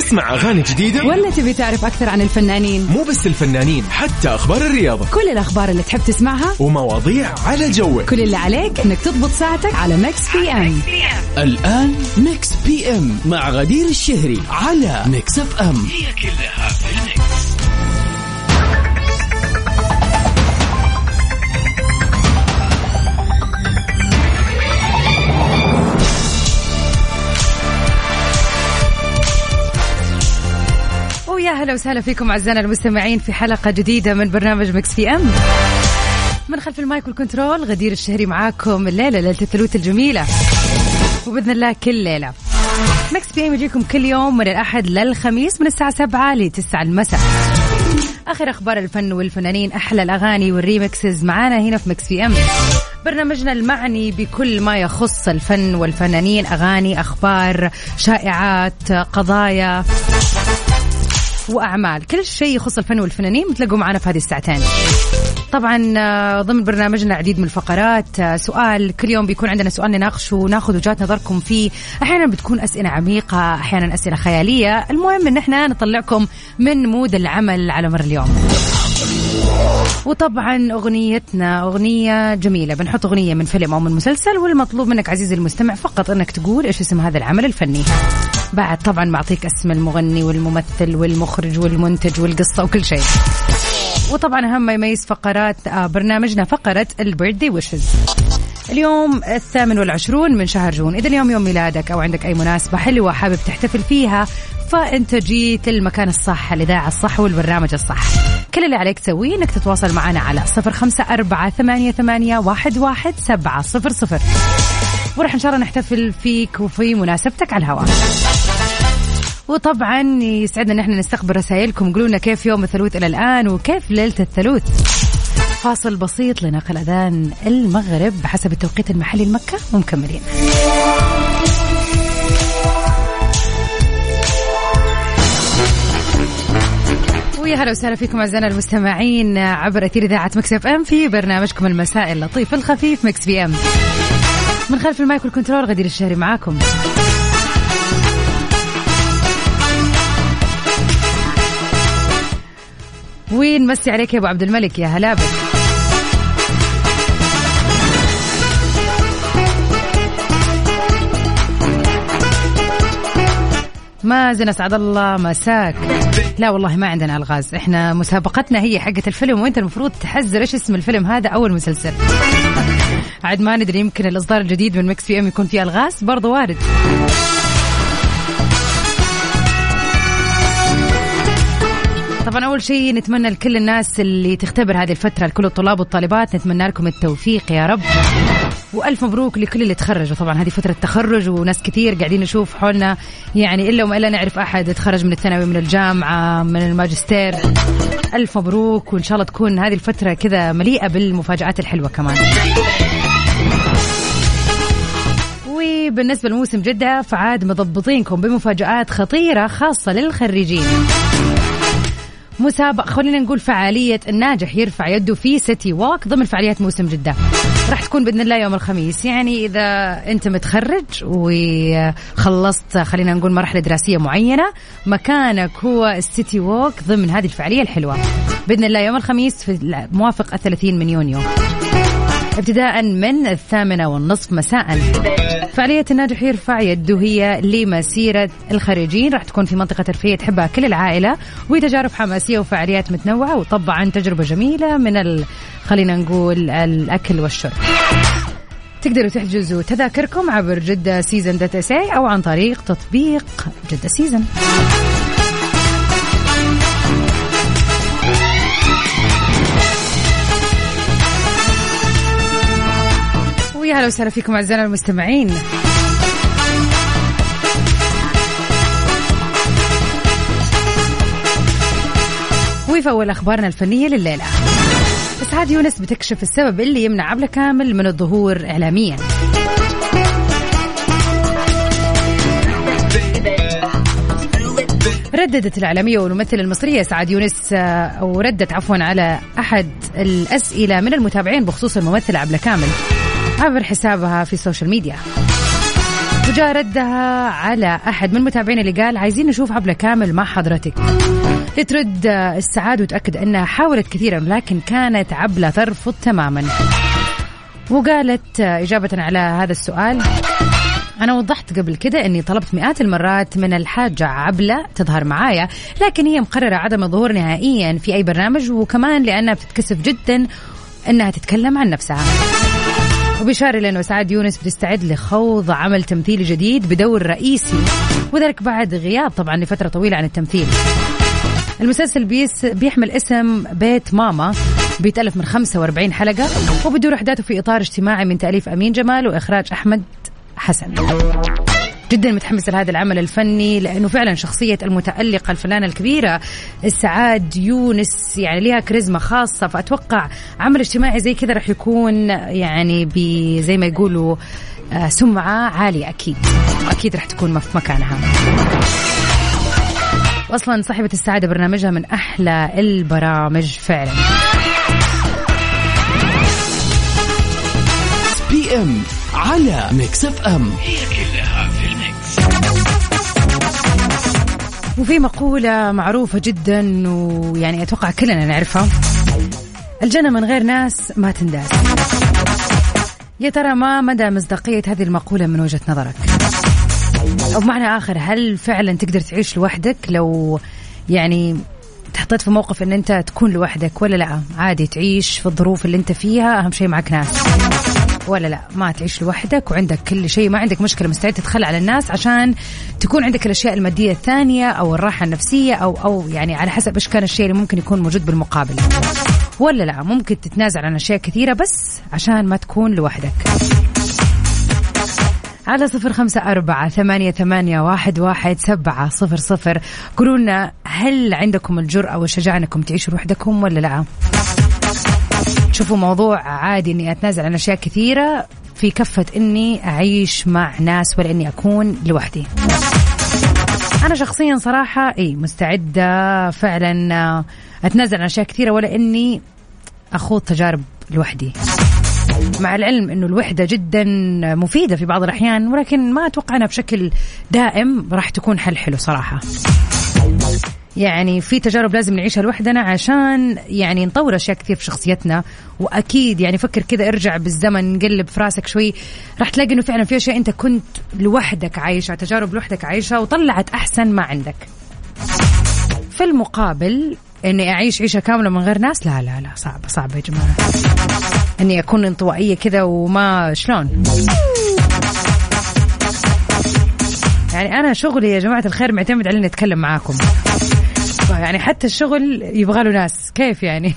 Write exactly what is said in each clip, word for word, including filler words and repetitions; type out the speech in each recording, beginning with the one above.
تسمع أغاني جديدة ولا تبي تعرف أكثر عن الفنانين؟ مو بس الفنانين، حتى أخبار الرياضة، كل الأخبار اللي تحب تسمعها ومواضيع على جوك. كل اللي عليك إنك تضبط ساعتك على ميكس بي ام. الآن ميكس بي ام مع غدير الشهري على ميكس اف ام. هي كلها في الميكس. ويا هلا وسهلا فيكم أعزائنا المستمعين في حلقة جديدة من برنامج ميكس بي ام. من خلف المايك والكنترول غدير الشهري معاكم الليلة ليلة الثلاث الجميلة، وبإذن الله كل ليلة. ميكس بي ام يجيكم كل يوم من الأحد للخميس من الساعة سبعة لتسعة المساء. آخر أخبار الفن والفنانين، أحلى الأغاني والريمكسز معانا هنا في ميكس بي ام، برنامجنا المعني بكل ما يخص الفن والفنانين، أغاني، أخبار، شائعات، قضايا وأعمال، كل شيء يخص الفن والفنانين بتلاقوا معنا في هذه الساعتين. طبعا ضمن برنامجنا عديد من الفقرات، سؤال كل يوم بيكون عندنا سؤال نناقشه وناخذ وجهات نظركم فيه، أحيانا بتكون أسئلة عميقة، أحيانا أسئلة خيالية، المهم إن احنا نطلعكم من مود العمل على مر اليوم. وطبعا أغنيتنا أغنية جميلة، بنحط أغنية من فيلم أو من مسلسل، والمطلوب منك عزيزي المستمع فقط أنك تقول إيش اسم هذا العمل الفني. بعد طبعا معطيك اسم المغني والممثل والمخرج والمنتج والقصة وكل شيء. وطبعا أهم ما يميز فقرات برنامجنا فقرة البيرثدي ويشز. اليوم الثامن والعشرون من شهر جون، إذا اليوم يوم ميلادك أو عندك أي مناسبة حلوة حابب تحتفل فيها، فأنت جيت المكان الصح، الإذاعة الصح والبرنامج الصح. كل اللي عليك تسويه إنك تتواصل معنا على صفر خمسة أربعة ثمانية ثمانية واحد واحد سبعة صفر صفر، ورح إن شاء الله نحتفل فيك وفي مناسبتك على الهواء. وطبعا يسعدنا ان احنا نستقبل رسائلكم، قولونا كيف يوم الثلاث الى الان وكيف ليله الثلاث. فاصل بسيط لنقل اذان المغرب بحسب التوقيت المحلي لمكه ومكملين. ويا هلا وسهلا فيكم أعزائنا المستمعين عبر أثير إذاعة ميكس اف ام في برنامجكم المسائي اللطيف الخفيف ميكس بي ام. من خلف المايك والكنترول غدير الشهري معاكم. وين مسي عليك يا أبو عبد الملك، يا هلا بك. مازن أسعد الله مساك. لا والله ما عندنا الغاز، احنا مسابقتنا هي حقة الفيلم، وانت المفروض تحذر ايش اسم الفيلم هذا او المسلسل. عاد ما ندري، يمكن الإصدار الجديد من ميكس بي ام يكون فيه الغاز، برضو وارد. طبعا أول شيء نتمنى لكل الناس اللي تختبر هذه الفترة، لكل الطلاب والطالبات نتمنى لكم التوفيق يا رب، وألف مبروك لكل اللي تخرجوا. طبعا هذه فترة تخرج، وناس كثير قاعدين نشوف حولنا، يعني إلا وما إلا نعرف أحد تخرج من الثانوي، من الجامعة، من الماجستير. ألف مبروك، وإن شاء الله تكون هذه الفترة كذا مليئة بالمفاجآت الحلوة كمان. وبالنسبة لموسم جدة فعاد مضبطينكم بمفاجآت خطيرة خاصة للخريجين. مسابقة، خلينا نقول فعالية الناجح يرفع يده في سيتي ووك ضمن فعاليات موسم جدة، راح تكون بإذن الله يوم الخميس. يعني إذا أنت متخرج وخلصت خلينا نقول مرحلة دراسية معينة، مكانك هو السيتي ووك ضمن هذه الفعالية الحلوة بإذن الله يوم الخميس في موافق الثلاثين من يونيو، ابتداء من الثامنة والنصف مساء. فعالية الناجح يرفع يده هي لمسيرة الخريجين، راح تكون في منطقة ترفيهية تحبها كل العائلة، وتجارب حماسية وفعاليات متنوعة، وطبعا تجربة جميلة من ال... خلينا نقول الأكل والشرب. تقدروا تحجزوا تذاكركم عبر جدة سيزن دوت اس اي أو عن طريق تطبيق جدة سيزن. ويا هلا وسهلا فيكم أعزائنا المستمعين. وفي أول أخبارنا الفنية لليلة، إسعاد يونس بتكشف السبب اللي يمنع عبلة كامل من الظهور إعلاميا. رددت الإعلامية والممثلة المصرية إسعاد يونس، أو ردت عفوا على أحد الأسئلة من المتابعين بخصوص الممثلة عبلة كامل عبر حسابها في السوشيال ميديا. وجاء ردها على أحد من المتابعين اللي قال عايزين نشوف عبلة كامل مع حضرتك. ترد السعاد وتأكد أنها حاولت كثيرا لكن كانت عبلة ترفض تماما. وقالت إجابة على هذا السؤال: أنا وضحت قبل كده أني طلبت مئات المرات من الحاجة عبلة تظهر معايا، لكن هي مقررة عدم الظهور نهائيا في أي برنامج، وكمان لأنها بتتكسف جدا أنها تتكلم عن نفسها. وبشار لأنه سعاد يونس بتستعد لخوض عمل تمثيلي جديد بدور رئيسي، وذلك بعد غياب طبعا لفترة طويلة عن التمثيل. المسلسل بيس بيحمل اسم بيت ماما، بيتألف من خمسة وأربعين حلقة، وبدور أحداثه في إطار اجتماعي من تأليف أمين جمال وإخراج أحمد حسن. جدا متحمس لهذا العمل الفني لأنه فعلا شخصية المتألقة الفنانة الكبيرة السعاد يونس يعني لها كاريزما خاصة، فأتوقع عمل اجتماعي زي كذا رح يكون يعني زي ما يقولوا سمعة عالية، أكيد أكيد رح تكون في مكانها. وأصلا صاحبة السعادة برنامجها من أحلى البرامج فعلا. بي ام على ميكس اف ام، هي كلها في الميكس. وفي مقولة معروفة جدا ويعني أتوقع كلنا نعرفها: الجنة من غير ناس ما تنداس. يا ترى ما مدى مصداقية هذه المقولة من وجهة نظرك؟ أو بمعنى آخر، هل فعلا تقدر تعيش لوحدك لو يعني تحطيت في موقف أن أنت تكون لوحدك، ولا لا عادي تعيش في الظروف اللي أنت فيها، أهم شيء معك ناس؟ ولا لا ما تعيش لوحدك وعندك كل شيء، ما عندك مشكلة، مستعد تتخلى على الناس عشان تكون عندك الأشياء المادية الثانية أو الراحة النفسية أو أو يعني على حسب إيش كان الشيء اللي ممكن يكون موجود بالمقابل؟ ولا لا ممكن تتنازل عن أشياء كثيرة بس عشان ما تكون لوحدك؟ على صفر خمسة أربعة ثمانية ثمانية واحد واحد سبعة صفر صفر قولونا، هل عندكم الجرأة والشجاعة أنكم تعيشوا لوحدكم ولا لا؟ شوفوا موضوع عادي أني أتنازل عن أشياء كثيرة في كفة أني أعيش مع ناس ولا أني أكون لوحدي. أنا شخصيا صراحة إيه مستعدة فعلا أتنازل عن أشياء كثيرة ولا أني أخوض تجارب لوحدي، مع العلم أنه الوحدة جدا مفيدة في بعض الأحيان، ولكن ما أتوقع أنها بشكل دائم راح تكون حل حلو صراحة. يعني في تجارب لازم نعيشها لوحدنا عشان يعني نطور أشياء كثير في شخصيتنا. وأكيد يعني فكر كذا، ارجع بالزمن، نقلب في راسك شوي، راح تلاقي أنه فعلا في أشياء أنت كنت لوحدك عايشة، تجارب لوحدك عايشة وطلعت أحسن ما عندك. في المقابل إني أعيش عيشة كاملة من غير ناس، لا لا لا صعبة صعبة يا جماعة. إني أكون انطوائية كذا وما شلون. يعني أنا شغلي يا جماعة الخير معتمد على إني أتكلم معاكم، يعني حتى الشغل يبغى له ناس، كيف يعني؟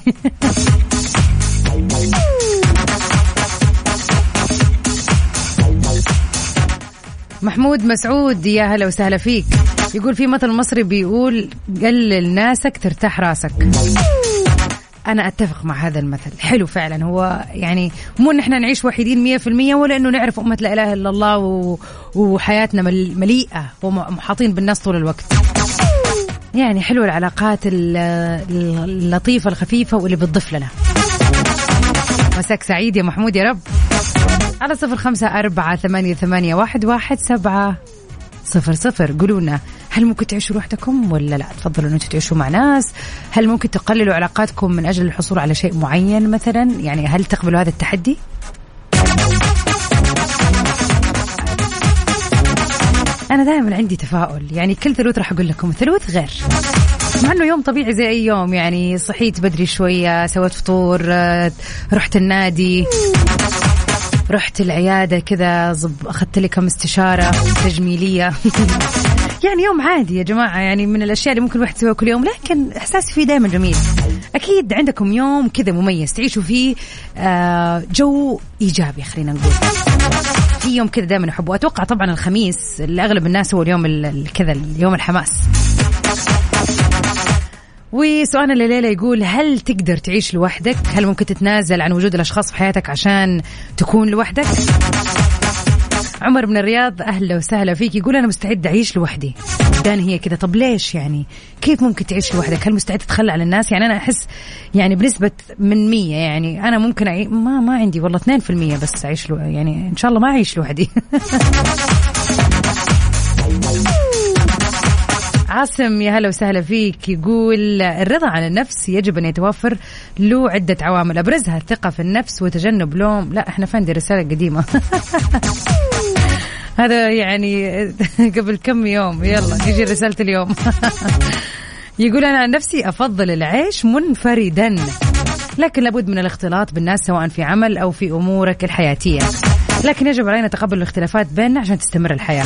محمود مسعود يا هلا وسهلا فيك، يقول في مثل مصري بيقول قلل ناسك ترتاح راسك. أنا أتفق مع هذا المثل، حلو فعلا. هو يعني مو إن إحنا نعيش وحيدين مية في المية، ولا إنه نعرف أمة لا إله إلا الله و... وحياتنا مليئة ومحاطين بالناس طول الوقت. يعني حلو العلاقات اللطيفة الخفيفة واللي بتضيف لنا. مساك سعيد يا محمود يا رب. على صفر خمسة أربعة ثمانية ثمانية واحد واحد سبعة صفر صفر قولونا، هل ممكن تعيشوا لوحدكم ولا لا؟ تفضلوا أن أنتوا تعيشوا مع ناس؟ هل ممكن تقللوا علاقاتكم من أجل الحصول على شيء معين مثلا؟ يعني هل تقبلوا هذا التحدي؟ أنا دائما عندي تفاؤل، يعني كل ثلوث راح أقول لكم ثلوث غير، مع أنه يوم طبيعي زي أي يوم. يعني صحيت بدري شوية، سويت فطور، رحت النادي، رحت العيادة كذا، أخذت لي كم استشارة تجميلية. يعني يوم عادي يا جماعة، يعني من الأشياء اللي ممكن الواحد يسويها كل يوم، لكن إحساسي فيه دائما جميل. أكيد عندكم يوم كذا مميز تعيشوا فيه جو إيجابي، خلينا نقول في يوم كذا دائما أحبه. أتوقع طبعا الخميس لأغلب الناس هو اليوم كذا، اليوم الحماس. وسؤالنا الليلة يقول، هل تقدر تعيش لوحدك؟ هل ممكن تتنازل عن وجود الأشخاص في حياتك عشان تكون لوحدك؟ عمر من الرياض أهلا وسهلا فيك، يقول أنا مستعد أعيش لوحدي. دان هي كده، طب ليش يعني؟ كيف ممكن تعيش لوحدك؟ هل مستعد تتخلى عن الناس؟ يعني أنا أحس يعني بنسبة من مية، يعني أنا ممكن أعي... ما ما عندي والله اثنين في المية بس أعيش لو... يعني إن شاء الله ما أعيش لوحدي. عاصم يا هلا وسهلا فيك، يقول الرضا عن النفس يجب أن يتوفر له عدة عوامل أبرزها الثقة في النفس وتجنب لوم. لا احنا فين دي رسالة قديمة هذا يعني قبل كم يوم. يلا نيجي رسالة اليوم يقول أنا عن نفسي أفضل العيش منفردا، لكن لابد من الاختلاط بالناس سواء في عمل أو في أمورك الحياتية، لكن يجب علينا تقبل الاختلافات بيننا عشان تستمر الحياة.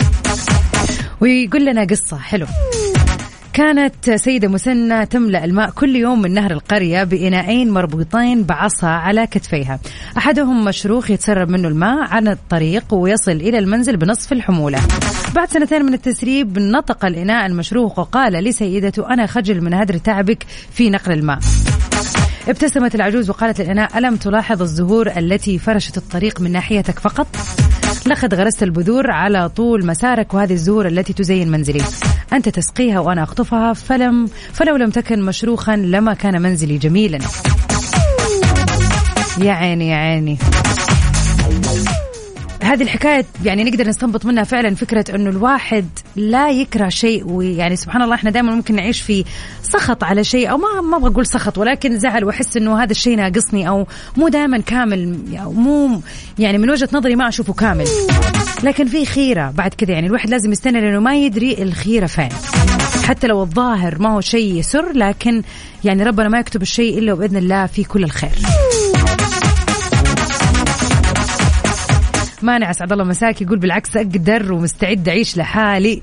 ويقول لنا قصة حلو. كانت سيدة مسنة تملأ الماء كل يوم من نهر القرية بإناءين مربوطين بعصا على كتفيها، أحدهم مشروخ يتسرب منه الماء عن الطريق ويصل إلى المنزل بنصف الحمولة. بعد سنتين من التسريب نطق الإناء المشروخ وقال لسيدته أنا خجل من هدر تعبك في نقل الماء. ابتسمت العجوز وقالت للإناء ألم تلاحظ الزهور التي فرشت الطريق من ناحيتك فقط؟ لقد غرست البذور على طول مسارك، وهذه الزهور التي تزين منزلي أنت تسقيها وأنا أخطفها، فلم فلو لم تكن مشروخا لما كان منزلي جميلا. يا عيني يا عيني. هذه الحكاية يعني نقدر نستنبط منها فعلا فكرة أنه الواحد لا يكره شيء، ويعني سبحان الله احنا دائما ممكن نعيش في سخط على شيء، أو ما ما أبغى أقول سخط ولكن زعل، وأحس أنه هذا الشيء ناقصني أو مو دائما كامل، أو مو يعني من وجهة نظري ما أشوفه كامل، لكن في خيرة بعد كذا. يعني الواحد لازم يستنى لأنه ما يدري الخيرة فين، حتى لو الظاهر ما هو شيء يسر، لكن يعني ربنا ما يكتب الشيء إلا وبإذن الله في كل الخير. مانع سعد الله مساك يقول بالعكس أقدر ومستعد أعيش لحالي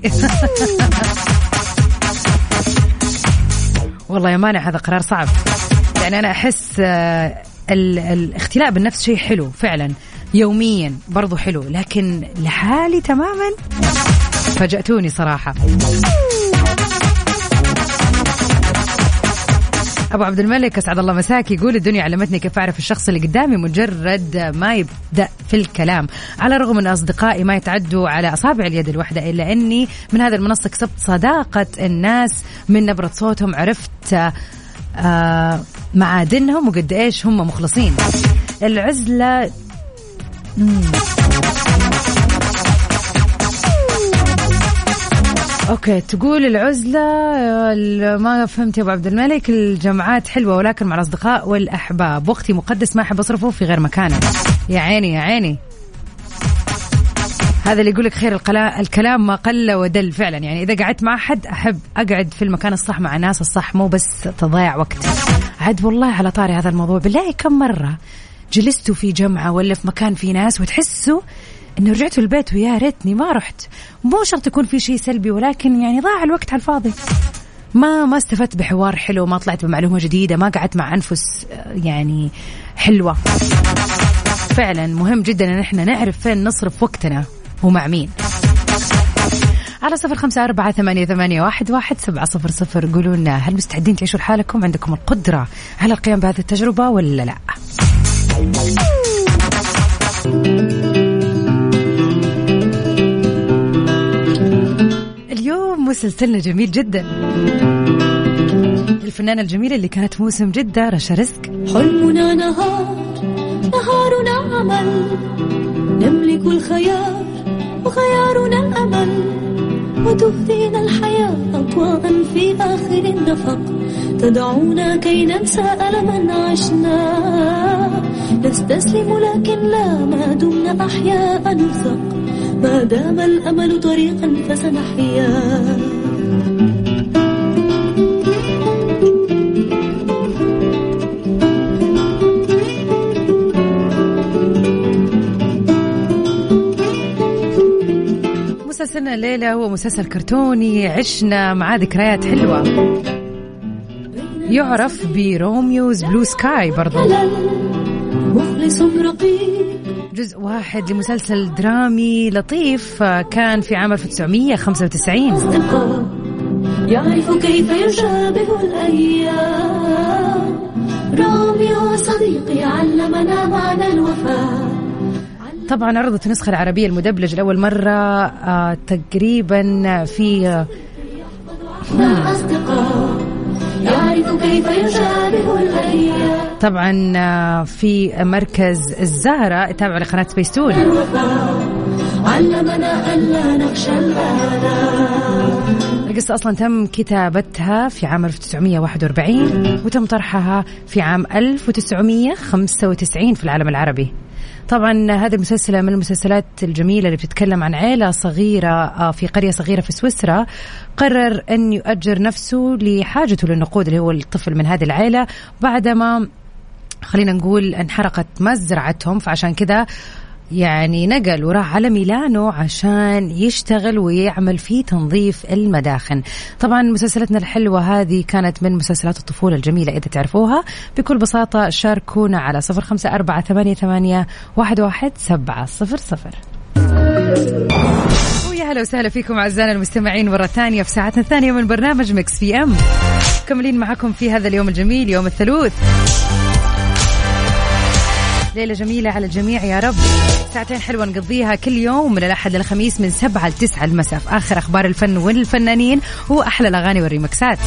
والله يا مانع هذا قرار صعب. يعني أنا أحس الاختلاء بالنفس شيء حلو فعلا، يوميا برضو حلو، لكن لحالي تماما فاجأتوني صراحة. أبو عبد الملك أسعد الله مساك يقول الدنيا علمتني كيف أعرف الشخص اللي قدامي مجرد ما يبدأ في الكلام، على الرغم من أصدقائي ما يتعدوا على أصابع اليد الواحدة، إلا أني من هذا المنصة كسبت صداقة الناس من نبرة صوتهم، عرفت آه معادنهم وقد إيش هم مخلصين. العزلة مم. اوكي تقول العزلة ما فهمت يا ابو عبد الملك. الجمعات حلوة ولكن مع الاصدقاء والاحباب، وقتي مقدس ما احب اصرفه في غير مكانه. يا عيني يا عيني. هذا اللي يقولك خير الكلام ما قل ودل فعلا. يعني اذا قعدت مع احد احب اقعد في المكان الصح مع الناس الصح، مو بس تضيع وقت. عاد والله على طاري هذا الموضوع، بالله كم مرة جلستوا في جمعة ولا في مكان في ناس وتحسوا إنه رجعتوا البيت ويا ريتني ما رحت، مو شرط يكون في شيء سلبي، ولكن يعني ضاع الوقت على الفاضي، ما ما استفدت بحوار حلو، ما طلعت بمعلومة جديدة، ما قعدت مع أنفس يعني حلوة. فعلا مهم جدا إن إحنا نعرف فين نصرف وقتنا ومع مين. على صفر خمسة أربعة ثمانية ثمانية واحد واحد سبعة صفر صفر قولوا لنا هل مستعدين تعيشوا لحالكم؟ عندكم القدرة على القيام بهذه التجربة ولا لا؟ اليوم مسلسلنا جميل جدا، الفنانة الجميلة اللي كانت موسم جدة رشا رزق. حلمنا نهار نهارنا عمل، نملك الخيار وخيارنا الأمل، وتهدينا الحياة أضواء في آخر النفق، تدعونا كي ننسى ألما عشنا، نستسلم لكن لا ما دمنا أحياء نرزق، ما دام الأمل طريقا فسنحيا. مسلسلنا الليلة هو مسلسل كرتوني عشنا معاه ذكريات حلوة، يعرف بروميوز بلو سكاي، برضو جزء واحد لمسلسل درامي لطيف كان في عام ألف وتسعمية وخمسة وتسعين. يعرف كيف يشابه الأيام، روميو صديقي علمنا معنى الوفاء. طبعا عرضت النسخة العربية المدبلج لأول مرة آه تقريبا في آه يعرف كيف يشابه الأيام، طبعا آه في مركز الزهرة التابع لقناة سبيستون. علمنا أن لا نخشى الآلام. القصة أصلا تم كتابتها في عام ألف وتسعمية وواحد وأربعين وتم طرحها في عام ألف وتسعمية وخمسة وتسعين في العالم العربي. طبعا هذه المسلسلة من المسلسلات الجميلة اللي بتتكلم عن عائلة صغيرة في قرية صغيرة في سويسرا قرر أن يؤجر نفسه لحاجته للنقود اللي هو الطفل من هذه العائلة بعدما خلينا نقول انحرقت مزرعتهم، فعشان كده يعني نقل وراح على ميلانو عشان يشتغل ويعمل في تنظيف المداخن. طبعا مسلسلتنا الحلوة هذه كانت من مسلسلات الطفولة الجميلة، إذا تعرفوها بكل بساطة شاركونا على صفر خمسة أربعة ثمانية ثمانية واحد واحد سبعة صفر صفر. ويا هلا وسهلا فيكم أعزائنا المستمعين مرة ثانية في ساعتنا الثانية من برنامج ميكس بي أم، كملين معكم في هذا اليوم الجميل يوم الثلاث. ليلة جميلة على الجميع يا رب، ساعتين حلوة نقضيها كل يوم من الأحد للخميس من سبعة لتسعة المساء في آخر أخبار الفن والفنانين وأحلى الأغاني والريمكسات.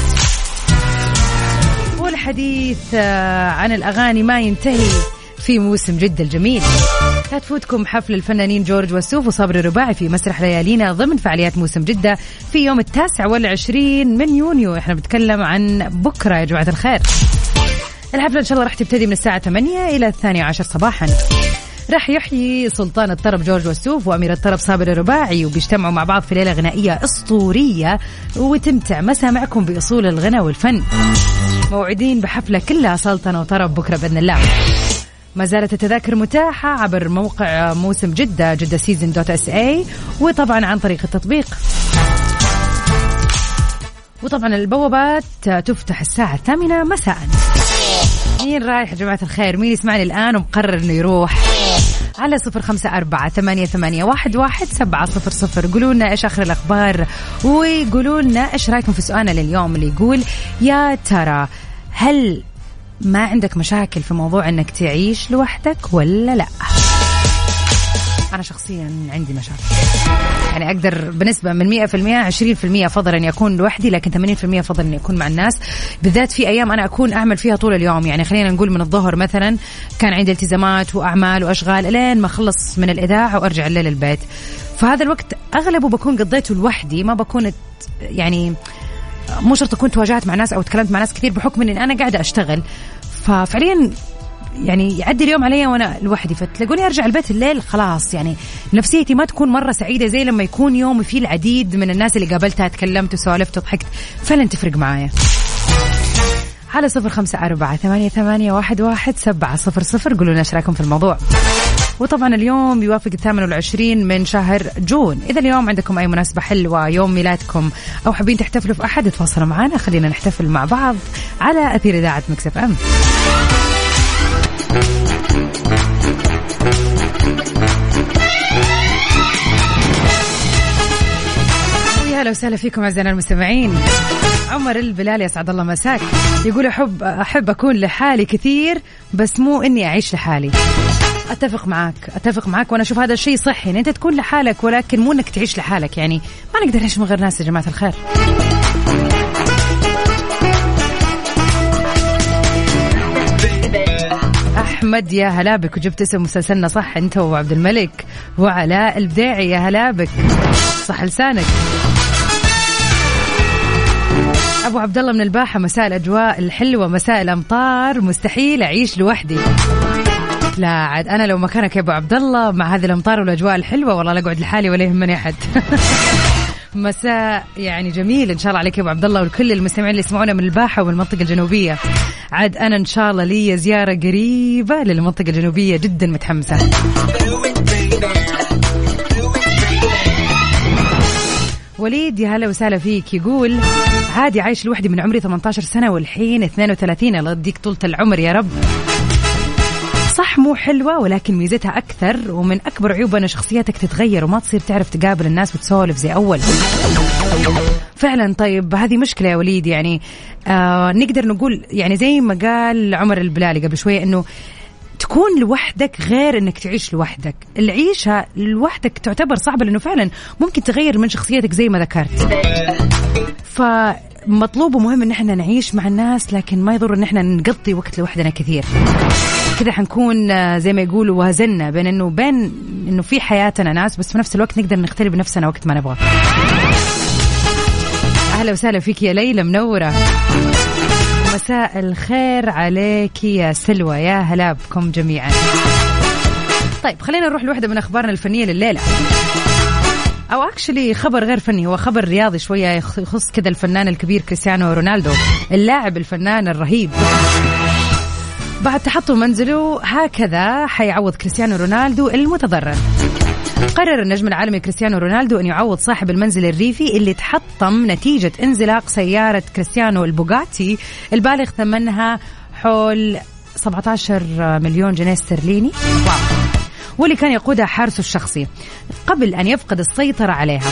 والحديث عن الأغاني ما ينتهي في موسم جدة الجميل. لا تفوتكم حفل الفنانين جورج وسوف وصابر الرباعي في مسرح ليالينا ضمن فعاليات موسم جدة في يوم التاسع والعشرين من يونيو. احنا بنتكلم عن بكرة يا جماعة الخير. الحفلة إن شاء الله راح تبتدي من الساعة ثمانية إلى الثانية عشر صباحا. راح يحيي سلطان الطرب جورج وسوف وأمير الطرب صابر الرباعي وبيجتمعوا مع بعض في ليلة غنائية أسطورية وتمتع مسامعكم بأصول الغناء والفن. موعدين بحفلة كلها سلطنة وطرب بكرة بإذن الله. ما زالت التذاكر متاحة عبر موقع موسم جدة جدة سيزن دوت اس اي وطبعا عن طريق التطبيق. وطبعا البوابات تفتح الساعة الثامنة مساء. مين رايح يا جماعة الخير؟ مين يسمعني الآن ومقرر إنه يروح؟ على صفر خمسة أربعة ثمانية ثمانية واحد واحد سبعة صفر صفر قولوا لنا إيش آخر الأخبار وقولوا لنا إيش رأيكم في سؤالنا لليوم اللي يقول يا ترى هل ما عندك مشاكل في موضوع إنك تعيش لوحدك ولا لا؟ أنا شخصيا عندي مشاكل، يعني أقدر بنسبة من مئة في المئة عشرين في المئة فضل أن يكون لوحدي، لكن ثمانين في المئة فضل أن يكون مع الناس، بالذات في أيام أنا أكون أعمل فيها طول اليوم. يعني خلينا نقول من الظهر مثلا كان عندي التزامات وأعمال وأشغال لين ما أخلص من الإذاعة وأرجع الليل البيت، فهذا الوقت أغلبه بكون قضيته لوحدي، ما بكون يعني مو شرط أكون تواجهت مع ناس أو تكلمت مع ناس كثير بحكم أن أنا قاعدة أشتغل. ففعليا يعني يعدي اليوم علي وأنا لوحدي، فتلاقوني أرجع البيت الليل خلاص يعني نفسيتي ما تكون مرة سعيدة زي لما يكون يوم فيه العديد من الناس اللي قابلتها تكلمت وسولفت وضحكت، فعلا تفرق معايا. على صفر خمسة أربعة ثمانية ثمانية واحد واحد سبعة صفر صفر قولوا لنا إيش رأيكم في الموضوع. وطبعا اليوم يوافق الثامن والعشرين من شهر جون. إذا اليوم عندكم أي مناسبة حلوة، يوم ميلادكم أو حابين تحتفلوا في أحد، تفاصلوا معنا خلينا نحتفل مع بعض على أثير إذاعة ميكس اف ام. هلا وسهلا فيكم أعزائنا المستمعين. عمر البلالي يسعد الله مساك يقول أحب أحب أكون لحالي كثير بس مو إني أعيش لحالي. أتفق معك أتفق معك وأنا أشوف هذا الشيء صحي إن أنت تكون لحالك، ولكن مو إنك تعيش لحالك. يعني ما نقدر نعيش من غير ناس يا جماعة الخير. أحمد يا هلا بك، وجبت اسم مسلسلنا صح أنت وعبد الملك وعلاء البديعي، يا هلا بك صح لسانك. أبو عبد الله من الباحة، مساء الأجواء الحلوة، مساء الأمطار، مستحيل أعيش لوحدي. لا عاد أنا لو مكانك يا أبو عبد الله مع هذه الأمطار والأجواء الحلوة والله لا أقعد لحالي ولا يهمني أحد. مساء يعني جميل إن شاء الله عليك يا أبو عبد الله وكل المستمعين اللي يسمعونا من الباحة والمنطقة الجنوبية. عاد أنا إن شاء الله لي زيارة قريبة للمنطقة الجنوبية، جدا متحمسة. وليد يا هلا وسهلا فيك يقول عادي عايش لوحدي من عمري ثمانية عشر سنة والحين اثنين وثلاثين، الله يديك طولة العمر يا رب. صح مو حلوة ولكن ميزتها أكثر، ومن أكبر عيوبها أن شخصيتك تتغير وما تصير تعرف تقابل الناس وتسولف زي أول. فعلا. طيب هذه مشكلة يا وليد، يعني آه نقدر نقول يعني زي ما قال عمر البلالي قبل شوية أنه تكون لوحدك غير انك تعيش لوحدك. العيشة لوحدك تعتبر صعبة لانه فعلا ممكن تغير من شخصيتك زي ما ذكرت. فمطلوب ومهم ان احنا نعيش مع الناس، لكن ما يضر ان احنا نقضي وقت لوحدنا كثير. كده حنكون زي ما يقولوا وازننا بين انه بين انه في حياتنا ناس بس في نفس الوقت نقدر نختلي بنفسنا وقت ما نبغى. أهلا وسهلا فيك يا ليلى، منورة. مساء الخير عليك يا سلوى، يا هلا بكم جميعا. طيب خلينا نروح لوحدة من أخبارنا الفنية لليلة، أو أكشلي خبر غير فني، هو خبر رياضي شوية يخص كذا الفنان الكبير كريستيانو رونالدو، اللاعب الفنان الرهيب. بعد تحطم منزله هكذا حيعوض كريستيانو رونالدو المتضرر. قرر النجم العالمي كريستيانو رونالدو أن يعوض صاحب المنزل الريفي اللي تحطم نتيجة انزلاق سيارة كريستيانو البوغاتي البالغ ثمنها حول سبعة عشر مليون جنيه استرليني، واو. واللي كان يقودها حارسه الشخصي قبل أن يفقد السيطرة عليها.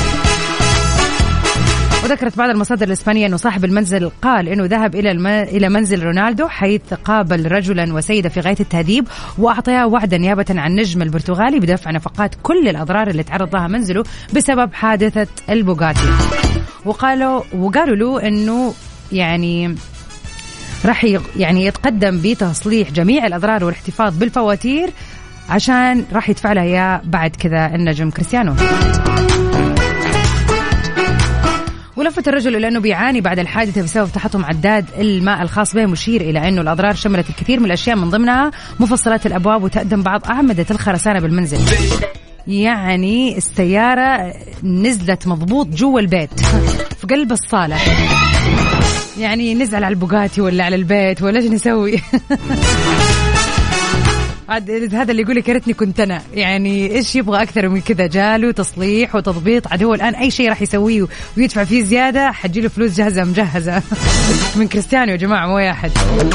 وذكرت بعض المصادر الإسبانية أنه صاحب المنزل قال أنه ذهب إلى الم... إلى منزل رونالدو، حيث قابل رجلا وسيدة في غاية التهذيب، وأعطيها وعدا نيابة عن النجم البرتغالي بدفع نفقات كل الأضرار اللي تعرض لها منزله بسبب حادثة البوغاتي. وقالوا وقالوا له أنه يعني راح يعني يتقدم بتصليح جميع الأضرار والاحتفاظ بالفواتير عشان راح يدفع لها إياه بعد كذا النجم كريستيانو. ولفت الرجل إلى أنه بيعاني بعد الحادثة بسبب تحطم عداد الماء الخاص به، مشير إلى أنه الأضرار شملت الكثير من الأشياء من ضمنها مفصلات الأبواب وتقدم بعض أعمدة الخرسانة بالمنزل. يعني السيارة نزلت مضبوط جوا البيت في قلب الصالة، يعني نزل على البوغاتي ولا على البيت ولا ايش نسوي؟ هذا اللي يقول لك يا ريتني كنت أنا، يعني إيش يبغى أكثر من كذا؟ جاله تصليح وتضبيط، عاد هو الآن أي شيء راح يسويه ويدفع فيه زيادة حتجيله فلوس جاهزة مجهزة من كريستيانو يا جماعة، مو واحد.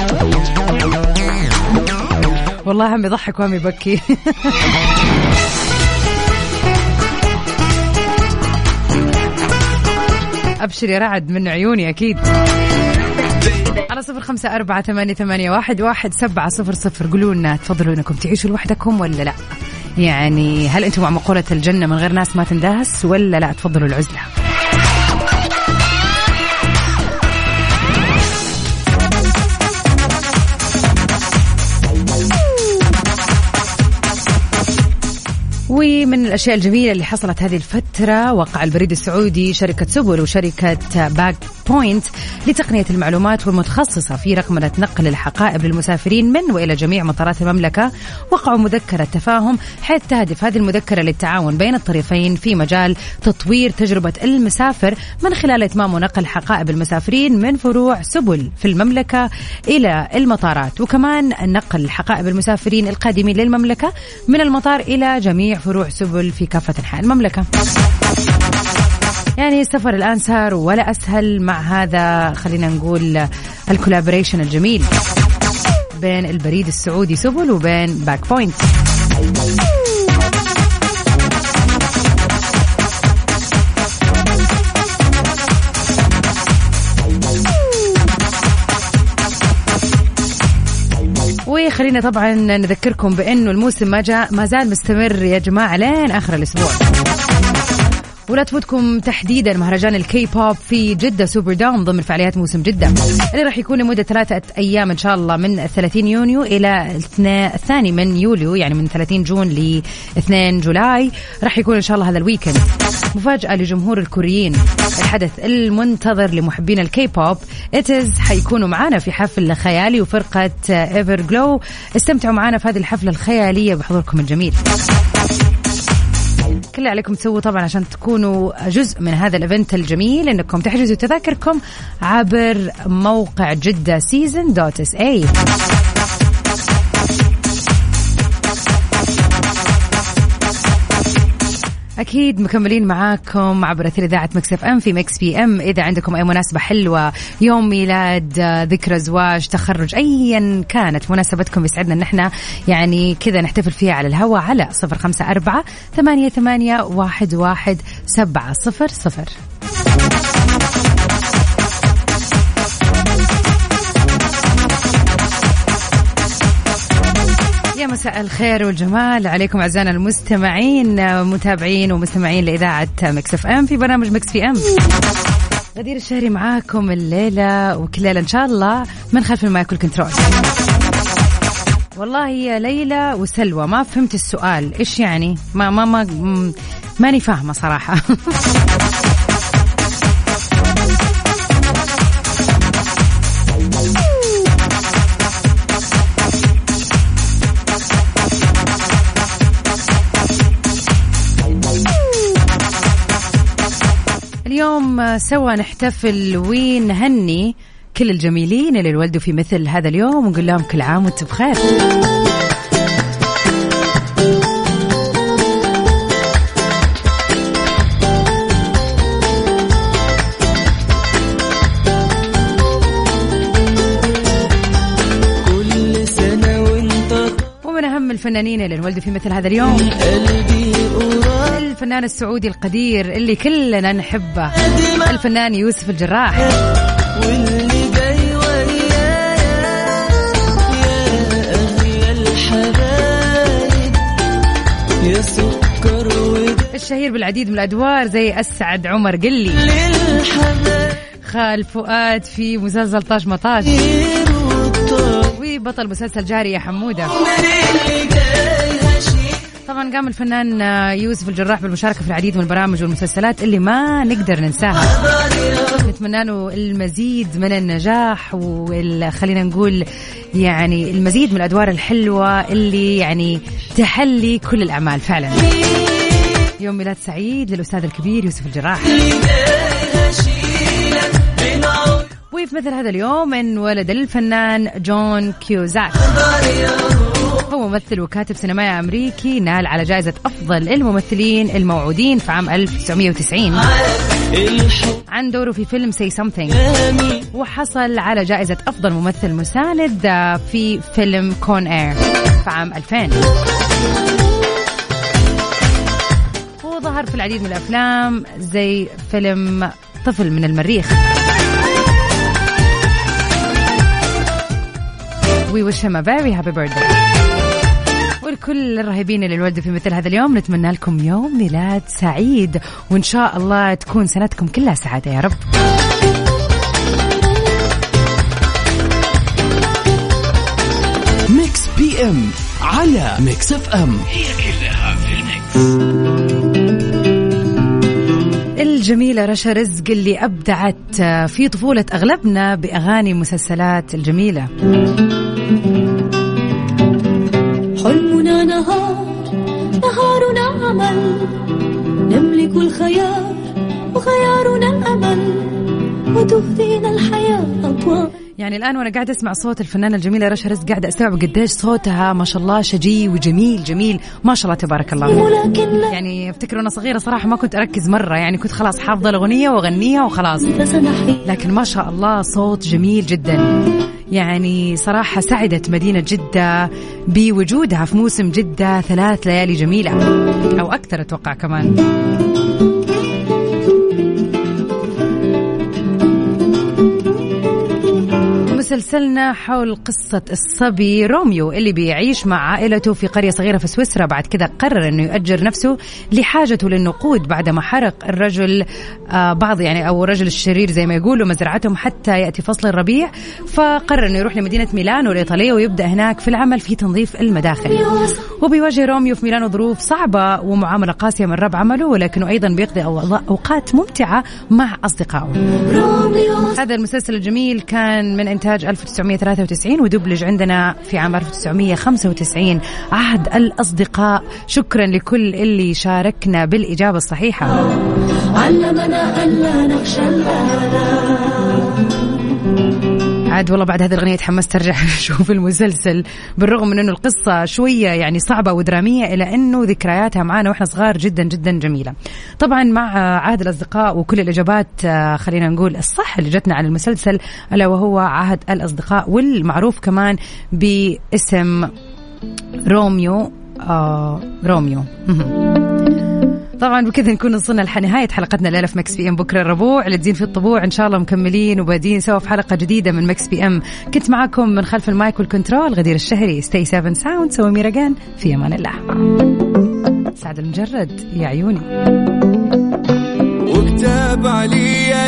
والله هم يضحك وهم يبكي. أبشر يا رعد من عيوني أكيد. على صفر خمسة أربعة ثمانية ثمانية واحد واحد سبعة صفر صفر قولوا لنا تفضلوا أنكم تعيشوا لوحدكم ولا لا؟ يعني هل أنتم مع مقولة الجنة من غير ناس ما تندهس ولا لا تفضلوا العزلة؟ ومن الأشياء الجميلة اللي حصلت هذه الفترة، وقع البريد السعودي شركة سبل وشركة باك بوينت لتقنية المعلومات والمتخصصة في رقمنة نقل الحقائب للمسافرين من وإلى جميع مطارات المملكة، وقعوا مذكرة تفاهم حيث تهدف هذه المذكرة للتعاون بين الطرفين في مجال تطوير تجربة المسافر من خلال إتمام ونقل حقائب المسافرين من فروع سبل في المملكة إلى المطارات، وكمان نقل حقائب المسافرين القادمين للمملكة من المطار إلى جميع فروع سبل في كافة أنحاء المملكة. يعني السفر الآن صار ولا أسهل مع هذا، خلينا نقول الكولابوريشن الجميل بين البريد السعودي سبل وبين باك بوينت. وخلينا طبعا نذكركم بأنه الموسم ما جاء ما زال مستمر يا جماعة لين آخر الأسبوع، ولا تفوتكم تحديدا مهرجان الكي بوب في جدة سوبر دوم ضمن فعاليات موسم جدة اللي راح يكون لمدة ثلاثة أيام إن شاء الله، من ثلاثين يونيو إلى الثاني من يوليو، يعني من ثلاثين جون ل اثنين جولاي راح يكون إن شاء الله هذا الويكند. مفاجأة لجمهور الكوريين، الحدث المنتظر لمحبين الكي بوب إتز حيكونوا معانا في حفل خيالي، وفرقة إيفر جلو استمتعوا معانا في هذه الحفلة الخيالية بحضوركم الجميل. كل اللي عليكم تسووا طبعا عشان تكونوا جزء من هذا الإيفنت الجميل إنكم تحجزوا تذاكركم عبر موقع جدة سيزن دوت اس اي. أكيد مكملين معاكم عبر أثير إذاعة مكس اف ام في مكس بي ام. إذا عندكم أي مناسبة حلوة، يوم ميلاد، ذكرى زواج، تخرج، أيا كانت مناسبتكم، يسعدنا أن احنا يعني كذا نحتفل فيها على الهواء على صفر خمسة أربعة ثمانية ثمانية واحد واحد سبعة صفر صفر. يا مساء الخير والجمال عليكم أعزائنا المستمعين، متابعين ومستمعين لإذاعة مكس اف ام في برنامج مكس في ام. غدير الشهري معاكم الليلة وكل ليلة إن شاء الله من خلف المايكل كنترول. والله يا ليلى وسلوى ما فهمت السؤال إيش يعني، ما ما ما ماني فاهمة صراحة. اليوم سوا نحتفل ونهني كل الجميلين اللي ولدوا في مثل هذا اليوم ونقول لهم كل عام وانتم بخير. الفنانين اللي انولدوا في مثل هذا اليوم، الفنان السعودي القدير اللي كلنا نحبه الفنان يوسف الجراح، واللي جاي ويايا يا أغلى الحبايب يا سكر الشهير بالعديد من الأدوار زي أسعد عمر قلي، خال فؤاد في مسلسل طاش مطاش، وبطل مسلسل جاري يا حمودة. طبعا قام الفنان يوسف الجراح بالمشاركة في العديد من البرامج والمسلسلات اللي ما نقدر ننساها. نتمنى له المزيد من النجاح وخلينا نقول يعني المزيد من الأدوار الحلوة اللي يعني تحلي كل الأعمال فعلا. يوم ميلاد سعيد للأستاذ الكبير يوسف الجراح. وفي مثل هذا اليوم انولد الفنان جون كيوزاك، هو ممثل وكاتب سينمائي أمريكي نال على جائزة أفضل الممثلين الموعودين في عام ألف وتسعمائة وتسعين عن دوره في فيلم Say Something، وحصل على جائزة أفضل ممثل مساند في فيلم كون إير في عام ألفين، وظهر في العديد من الأفلام زي فيلم طفل من المريخ. We wish him a very happy birthday. ولكل الرهيبين اللي ولدوا في مثل هذا اليوم نتمنى لكم يوم ميلاد سعيد، وإن شاء الله تكون سنتكم كلها سعادة يا رب. ميكس بي ام على ميكس اف ام، هي كلها في الميكس. الجميلة رشا رزق اللي أبدعت في طفولة أغلبنا بأغاني مسلسلات الجميلة. حلمنا نهار نهارنا عمل، نملك الخيار وخيارنا الأمل، وتهدينا الحياة أطوار. يعني الآن وأنا قاعدة أسمع صوت الفنانة الجميلة رشا رزق قاعدة أستوعب قديش صوتها ما شاء الله شجي وجميل جميل ما شاء الله تبارك الله. يعني أفتكر وأنا صغيرة صراحة ما كنت أركز مرة، يعني كنت خلاص حافظة الأغنية وأغنيها وخلاص، لكن ما شاء الله صوت جميل جدا. يعني صراحة سعدت مدينة جدة بوجودها في موسم جدة ثلاث ليالي جميلة أو أكثر أتوقع كمان. مسلسلنا حول قصة الصبي روميو اللي بيعيش مع عائلته في قرية صغيرة في سويسرا، بعد كذا قرر أنه يؤجر نفسه لحاجته للنقود بعدما حرق الرجل آه بعض يعني أو الرجل الشرير زي ما يقولوا مزرعتهم حتى يأتي فصل الربيع، فقرر أنه يروح لمدينة ميلانو الإيطالية ويبدأ هناك في العمل في تنظيف المداخل. وبيواجه روميو في ميلانو ظروف صعبة ومعاملة قاسية من رب عمله، ولكنه أيضا بيقضي أوقات ممتعة مع أصدقائه. هذا المسلسل الجميل كان من إنتاج ألف وتسعمائة وثلاثة وتسعين ودبلج عندنا في عام ألف وتسعمائة وخمسة وتسعين. عهد الأصدقاء. شكرا لكل اللي شاركنا بالإجابة الصحيحة. علمنا ألا نخشى عاد والله بعد هذه الأغنية تحمست أرجع أشوف المسلسل، بالرغم من أنه القصة شوية يعني صعبة ودرامية إلا أنه ذكرياتها معنا وإحنا صغار جدا جدا جميلة. طبعا مع عهد الأصدقاء وكل الإجابات خلينا نقول الصح اللي جتنا عن المسلسل ألا وهو عهد الأصدقاء، والمعروف كمان باسم روميو آه روميو. طبعا بكذا نكون وصلنا لنهاية حلقتنا الليلة في مكس بي ام. بكرة الربوع الدين في الطبوع إن شاء الله مكملين وبادين سوا في حلقة جديدة من مكس بي ام. كنت معكم من خلف المايك والكنترول غدير الشهري. ستي سيفن ساوند سوى ميرجان في أمان الله. سعد المجرد يا عيوني. وكتاب علي